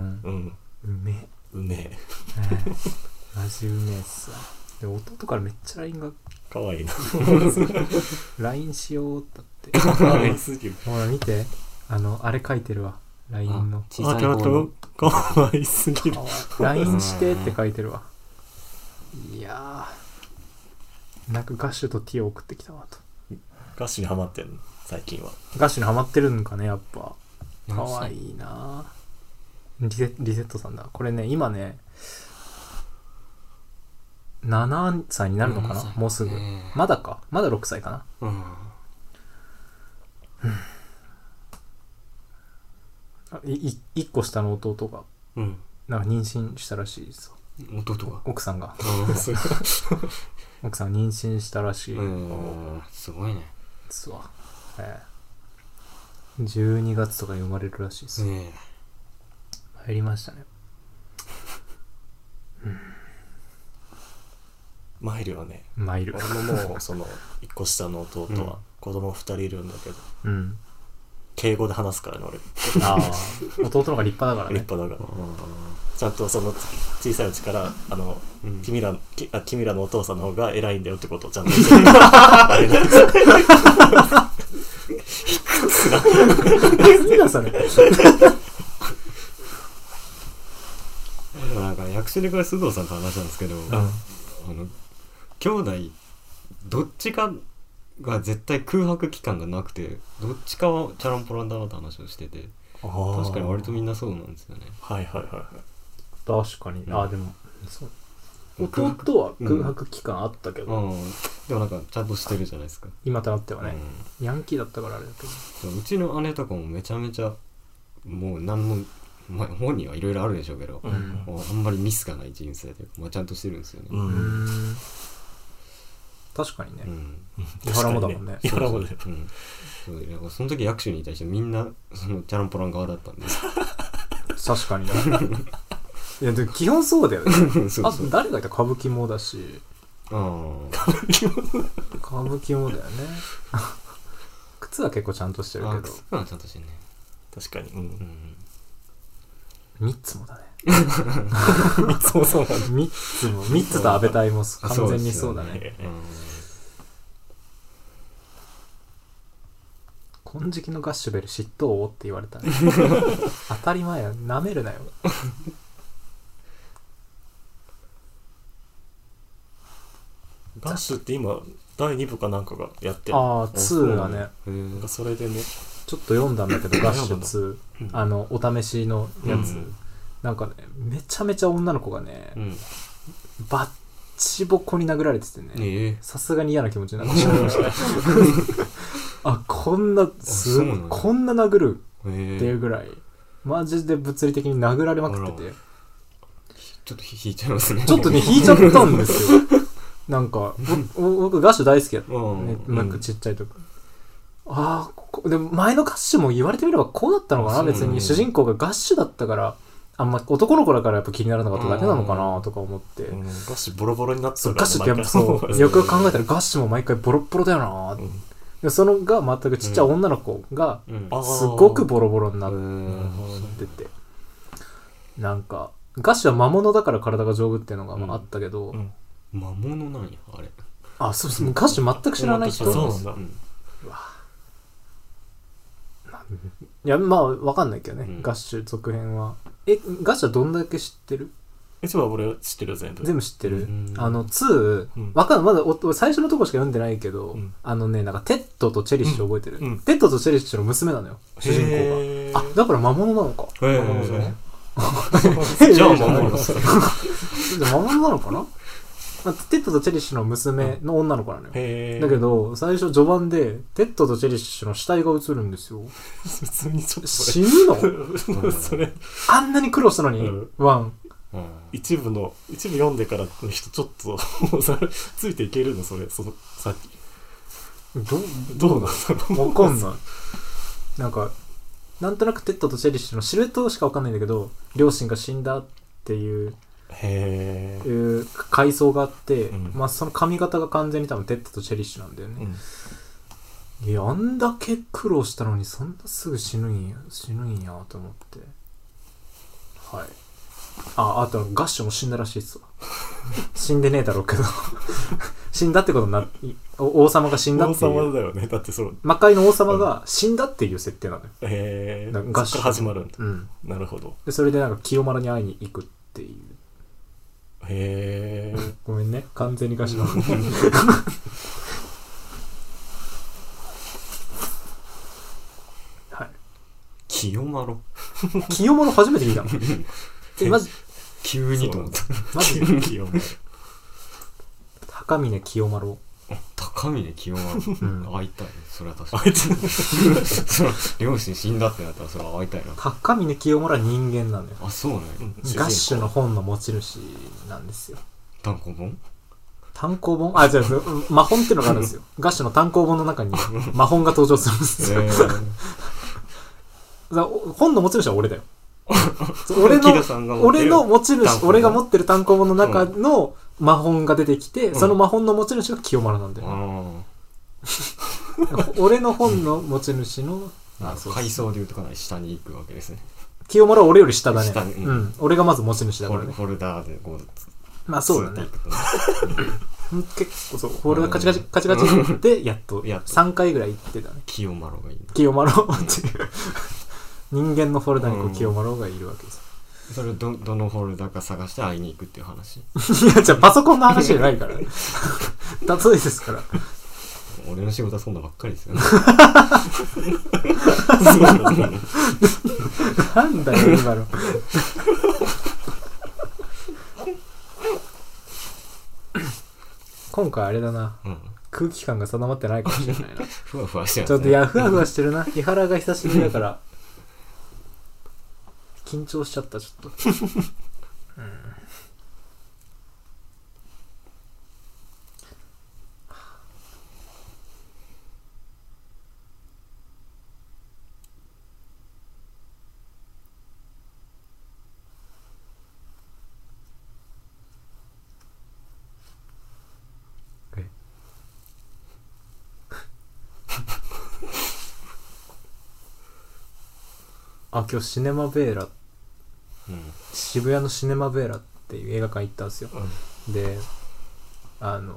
うめえ、 うめえマジうめえっすわ。で弟からめっちゃ LINE がかわいいな LINE しようだってかわいすぎる。 ほら見て、あれ書いてるわ LINE の。 小さい方のかわいすぎる。 LINE してって書いてるわ。いやー、なんかガッシュとティア送ってきたわと。 ガッシュにハマってんの最近は。 ガッシュにハマってるんかね、やっぱ。かわいいな。リセットさんだ。これね、今ね7歳になるのかな、もうすぐ。まだか、まだ6歳かな。1個下の弟がなんか妊娠したらしいです。 弟が、 奥さんが奥さんが妊娠したらしい。 すごいね。 実は、12月とかに生まれるらしいです。入りましたね。 マイルはね、 マイル。 俺ももうその1個下の弟は子供2人いるんだけど、敬語で話すからね俺。 ああ、弟の方が立派だからね。 立派だから。ちゃんとその小さいうちから君らのお父さんの方が偉いんだよってことをちゃんと言ってあれなんですよ。 何だそれ。 でもなんか役所でこれ須藤さんと話なんですけど、兄弟どっちかが絶対空白期間がなくて、どっちかはチャランポランだなって話をしてて、確かに割とみんなそうなんですよね。 はいはいはいはい。 確かに。でもそう、弟は空白期間あったけど、 でもなんかちゃんとしてるじゃないですか今となってはね。ヤンキーだったからあれだけど、 うちの姉とかもめちゃめちゃもう何も、本人はいろいろあるでしょうけど、あんまりミスがない人生で、ちゃんとしてるんですよね。 確かにね。井原もだもんね。 井原もだよ。 その時役所に対してみんなそのチャランポラン側だったんで。 確かにね。いやで基本そうだよね。あと誰がいた？歌舞伎もだし。歌舞伎もだよね。靴は結構ちゃんとしてるけど。 靴はちゃんとしてるね。 確かに。 ミッツもだね。 ミッツもそうなんだ。 ミッツと安倍隊も完全にそうだね。金色のガッシュベル嫉妬王って言われたね。当たり前や、なめるなよ。 ガッシュって今第2部かなんかがやってる。 2がね。 それでね、 ちょっと読んだんだけどガッシュ2、お試しのやつ、なんかねめちゃめちゃ女の子がね、バッチボコに殴られててね、さすがに嫌な気持ちになってしまいました。こんな殴るっていうぐらいマジで物理的に殴られまくってて、 ちょっと引いちゃいますね。 ちょっとね引いちゃったんですよ。なんか僕ガッシュ大好きやったね、なんかちっちゃいとか。でも前のガッシュも言われてみればこうだったのかな。別に主人公がガッシュだったからあんま男の子だからやっぱ気にならなかっただけなのかなとか思って、 ガッシュボロボロになってたからね。ガッシュってやっぱそうよくよく考えたらガッシュも毎回ボロボロだよな、でそのが全くちっちゃい女の子がすごくボロボロになってて、なんかガッシュは魔物だから体が丈夫っていうのがあったけど、 魔物なんやあれ。 あ、そうそう、ガッシュ全く知らない人。 そうなんだ。 いや、まあわかんないけどね、ガッシュ続編は。ガッシュはどんだけ知ってる？ 一番俺知ってるよ、全部知ってる。2、わかんない。まだ最初のとこしか読んでないけど、なんかテッドとチェリッシュ覚えてる？テッドとチェリッシュの娘なのよ、主人公が。あ、だから魔物なのか。 魔物ね。 じゃあ魔物魔物なのかな。テッドとチェリッシュの娘の女の子なのよ。だけど最初序盤でテッドとチェリッシュの死体が映るんですよ。 普通にちょっと死ぬのそれあんなに苦労したのに、ワン一部読んでからの人ちょっとついていけるの？そのさっきどうなんだろう。 わかんない。なんとなくテッドとチェリッシュのシルエットしかわかんないんだけど、両親が死んだっていう階層があって、まあその髪型が完全に多分テッドとチェリッシュなんだよね。いや、あんだけ苦労したのにそんなすぐ死ぬんやと思って。はい。あとガッシュも死んだらしいっすわ。死んでねえだろうけど死んだってことにな、王様が死んだっていう。 王様だよね。だって魔界の王様が死んだっていう設定なのよ。 ガッシュ始まるんだ。なるほど。 でそれで清丸に会いに行くっていう。ごめんね、完全にガッシュのはい。 清丸初めて聞いたの。マジ急にと思った。 マジ清丸。高峰清丸。 高峰清丸。会いたい。それは確かに。両親死んだってなったらそれは会いたいな。 高峰清丸は人間なのよ。 あ、そうね。 ガッシュの本の持ち主なんですよ。 単行本？ 単行本？あ、じゃあ魔本っていうのがあるんですよ。ガッシュの単行本の中に魔本が登場するんですよ。本の持ち主は俺だよ。俺の持ち主、俺が持ってる単行本の中の魔本が出てきて、その魔本の持ち主が清丸なんだよ。俺の本の持ち主の階層でいうとかなり下に行くわけですね。 清丸は俺より下だね。俺がまず持ち主だからね。 フォルダーでこう、 まあそうだね。結構そう、フォルダカチカチでやっと3回ぐらい行ってたね。 清丸がいい。 清丸っていう人間のフォルダに清丸がいるわけです。 それをどのフォルダか探して会いに行くっていう話。 いや、じゃあパソコンの話じゃないから。例えですから。 俺の仕事はそんなばっかりですよね。 なんだよ今の。今回あれだな、空気感が定まってないかもしれないな。 ふわふわしてますね。ちょっといや、ふわふわしてるな。伊原が久しぶりだから緊張しちゃったちょっと。今日シネマベーラ、渋谷のシネマベーラっていう映画館行ったんですよ。で、安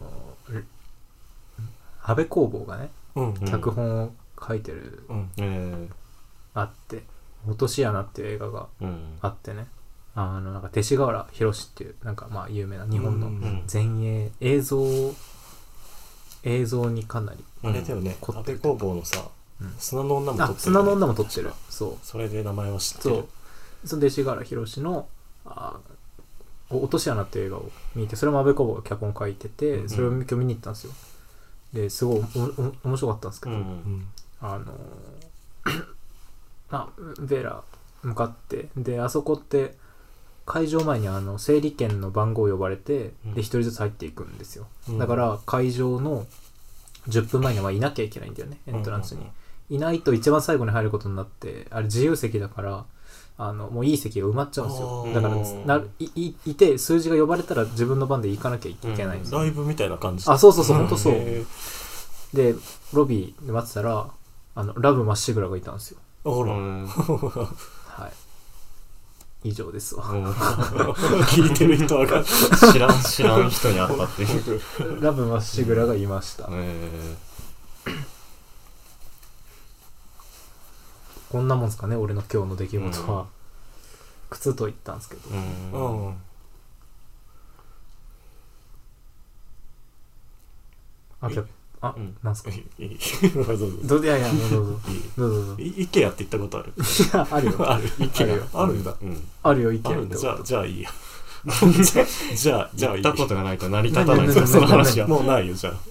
部公房がね、脚本を書いてる、あって、落とし穴っていう映画があってね、なんか勅使河原宏っていうなんかまあ有名な日本の前衛映像にかなりあれだよね、安部公房のさ、砂の女も撮ってる、 砂の女も撮ってる。そう、 それで名前は知ってる。 その勅使河原宏の落とし穴っていう映画を見て、それも安部公房が脚本書いてて、それを今日見に行ったんですよ。ですごい面白かったんですけど、ベーラ向かって、であそこって会場前に整理券の番号を呼ばれて、で一人ずつ入っていくんですよ。だから会場の10分前にはいなきゃいけないんだよね、エントランスに。いないと一番最後に入ることになって、あれ自由席だからもういい席が埋まっちゃうんですよ。だからいて数字が呼ばれたら自分の番で行かなきゃいけないんですよ、 ライブみたいな感じ。 そうほんとそう。でロビーで待ってたらラブまっしぐらがいたんですよ。はい、以上ですわ。 聞いてる人は知らん人に会ったっていうラブまっしぐらがいました。こんなもんですかね、俺の今日の出来事は。靴と言ったんですけど、なんすか。いやいや、もうどうぞどうぞ。 イケアって言ったことある？ いや、あるよ。 あるんだ。 あるよ、イケア。じゃあいいや。じゃあ言ったことがないと成り立たないんですか、その話は。 もうないよ、じゃ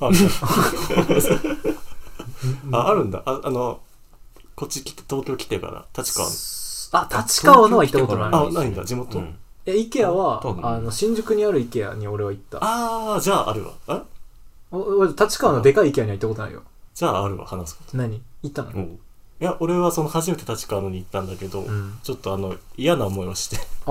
あ。あるんだ。こっち来て、東京来てから立川の。 立川のは行ったことない。 ないんだ、地元。 イケアは新宿にあるイケアに俺は行った。 じゃああるわ。 立川のでかいイケアには行ったことないよ。 じゃああるわ、話すこと。 何行ったの？ いや、俺は初めて立川のに行ったんだけど、ちょっと嫌な思いをして。 そう。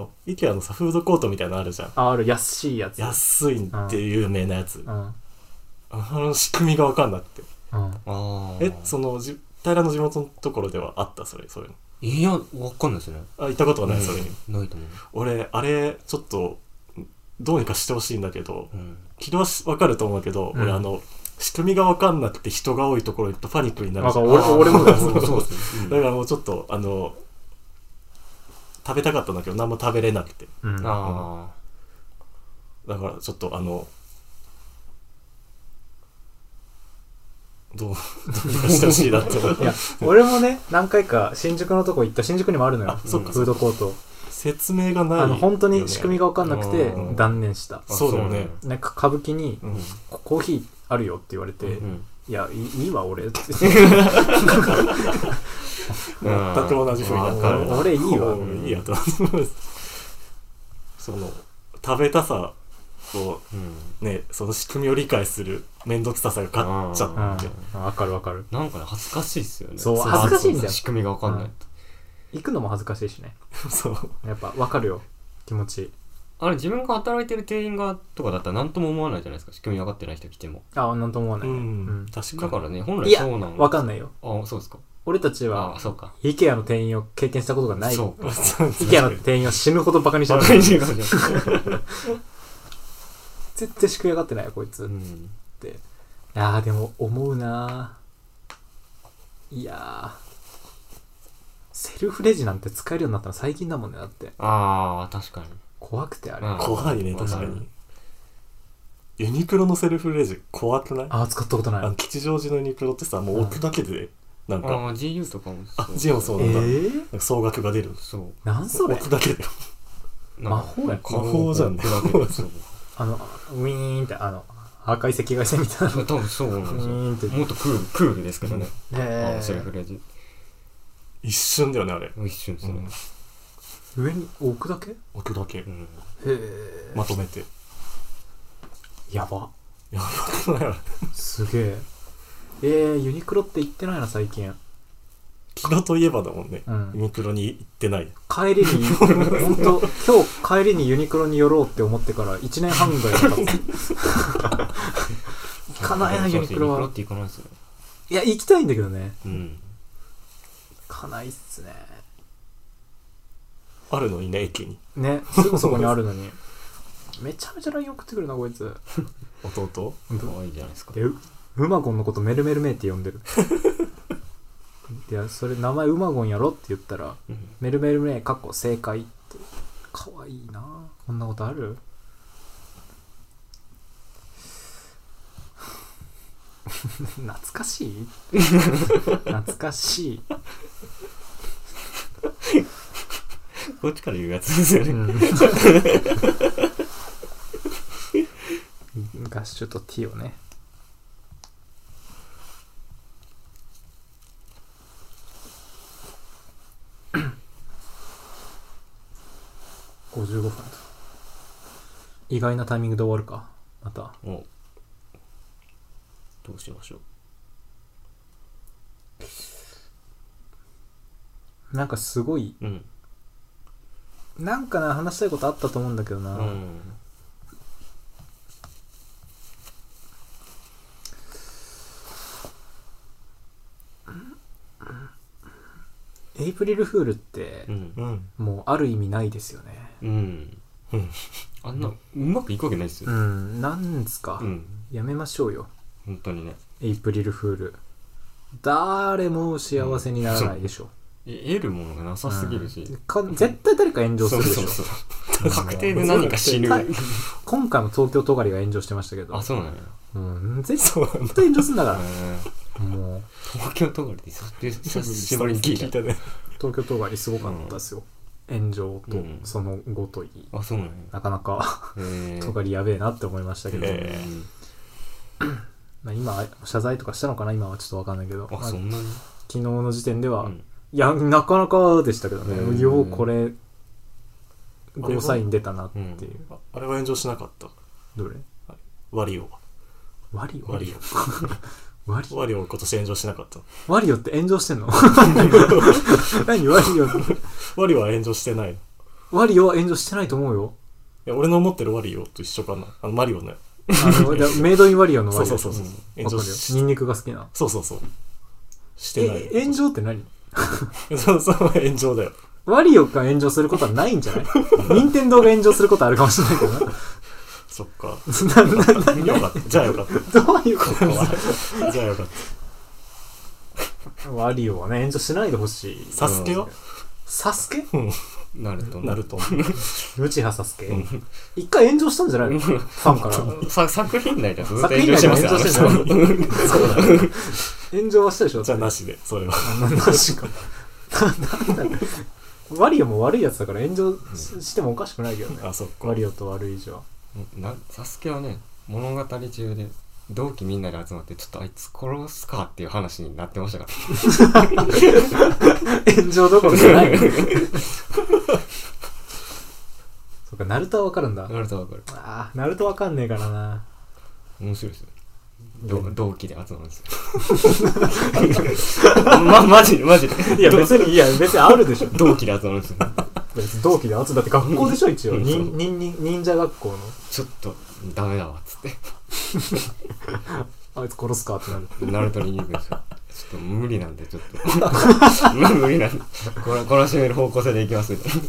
イケアのさ、フードコートみたいなのあるじゃん。 ある、安いやつ。 安いっていう有名なやつ。仕組みが分かんなくて。平の地元のところではあった、そういうの。 いや、分かんないですね。 行ったことはない、それに。 ないと思う。 俺、あれ、ちょっと、どうにかしてほしいんだけど、気は分かると思うけど、俺、仕組みが分かんなくて人が多いところに行くとパニックになるじゃん。 俺もだ。 そうだからもうちょっと、食べたかったんだけど、何も食べれなくて。だから、ちょっとどうにかしてほしいなって思って。 いや、俺もね、何回か新宿のとこ行った。新宿にもあるのよ。フードコート。 説明がない、 本当に仕組みが分かんなくて断念した。 そうだよね。 なんか歌舞伎にコーヒーあるよって言われて、いや、いいわ俺って。全く同じ風になった。 俺いいわ。 いいやと。食べたさとね、その仕組みを理解する面倒くささが勝っちゃって。 わかる。 なんかね、恥ずかしいっすよね。 そう、恥ずかしいんだよ。 仕組みが分かんない。 行くのも恥ずかしいしね。 そう。 やっぱ分かるよ、気持ち。 あれ、自分が働いてる店員がとかだったら何とも思わないじゃないですか。仕組み分かってない人来ても。 何とも思わないね。 確かに。 だからね、本来そうなの。 分かんないよ。 そうですか。 俺たちはそうか。 IKEA の店員を経験したことがない。 そうか。 IKEA の店員を死ぬほどバカにしてる。絶対仕組み分かってないよこいつって。いやでも思うな。いやセルフレジなんて使えるようになったの最近だもんね。だって確かに怖くてあれ、 怖いね。確かにユニクロのセルフレジ怖くない？ 使ったことない。 吉祥寺のユニクロってさ、もう置くだけでなんか GU とかも GU もそうなんだ。なんか総額が出る。 そう。 なんそれ？ 置くだけだよ。 魔法や。 魔法じゃんね。 ウィーンって赤い赤外線みたいな。 多分そうなんですよ。もっとクールですけどね。セルフレジ。 一瞬だよねあれ。 一瞬ですね。 上に置くだけ？ 置くだけ。まとめて。 やばくない？ すげえ。ユニクロって行ってないな最近。 昨日といえばだもんね。ユニクロに行ってない。 帰りに本当今日帰りにユニクロに寄ろうって思ってから1年半ぐらい経った。行かないなユニクロは。 ユニクロって行かないですよね。 いや行きたいんだけどね。行かないっすね。 あるのにね、駅にね、すぐそこにあるのに。めちゃめちゃ LINE 送ってくるなこいつ。 弟？ 可愛いじゃないですか。 でウマゴンのことメルメルメイって呼んでる。いやそれ名前ウマゴンやろって言ったら、メルメルメイ正解って。かわいいな。こんなことある？懐かしい？懐かしい。 こっちから言うやつですよね。 ガッシュとティオね。55分。意外なタイミングで終わるか。また。 どうしましょう。 なんかすごい、 うん、 なんかな話したいことあったと思うんだけどな、エイプリルフールって、もうある意味ないですよね。 あんなうまくいくわけないですよ。 なんですか、やめましょうよ本当にね。 エイプリルフール誰も幸せにならないでしょ。 得るものがなさすぎるし、 絶対誰か炎上するでしょ。 そう確定で何か死ぬ。 今回も東京トガリが炎上してましたけど。 あ、そうなんや。 絶対炎上するんだからもう東京トガリで久しぶりに聞いたね。 東京トガリすごかったですよ、炎上とそのごとい。 あ、そうなんや。 なかなかトガリやべえなって思いましたけど、まあ今謝罪とかしたのかな、今はちょっと分かんないけど、 そんなに昨日の時点では、いやなかなかでしたけどね、ようこれゴーサイン出たなっていう。 あれは炎上しなかった。 どれ？ ワリオワリオ今年炎上しなかった。 ワリオって炎上してんの？何ワリオワリオは炎上してない。 ワリオは炎上してないと思うよ。 いや俺の思ってるワリオと一緒かな。マリオね。 メイドインワリオのワリオ。 そう炎上ニンニクが好きな。 そうしてない。 炎上って何？ そう炎上だよ。 ワリオが炎上することはないんじゃない？任天堂が炎上することあるかもしれないけどな。 そっか。よかった。じゃあよかった。 どういうこと？ じゃあよかった。 ワリオはね炎上しないでほしい。 サスケは？ サスケ？ ナルト。 ルチハサスケ。一回炎上したんじゃないの？ファンから。 作品内でずっと炎上してますよ。炎上はしたでしょ。 じゃあなしでそれは。 なしか。なんだ。ワリオも悪いやつだから炎上してもおかしくないけどね。 あ、そっか。 ワリオと悪い以上。 サスケはね、物語中で同期みんなで集まってちょっとあいつ殺すかっていう話になってましたから炎上どころじゃないそっか、ナルトはわかるんだ。 ナルトはわかる。 ああ、ナルトわかんねえからな。 面白いですよ。同期で集まるんですよマジでいや別にあるでしょ。 同期で集まるんですよ。 別に同期で集まる。だって学校でしょ一応。忍者学校のちょっとダメだわっつってあいつ殺すかってなる。 ナルトに言いに行くんですよ。ちょっと無理なんでちょっと無理なんで懲らしめる方向性でいきますみたいな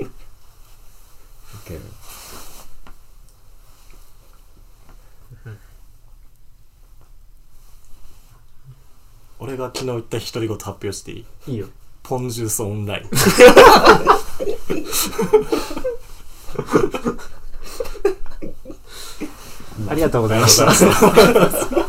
俺が昨日言った独り言発表していい？ いいよ。 ポンジュースオンラインありがとうございました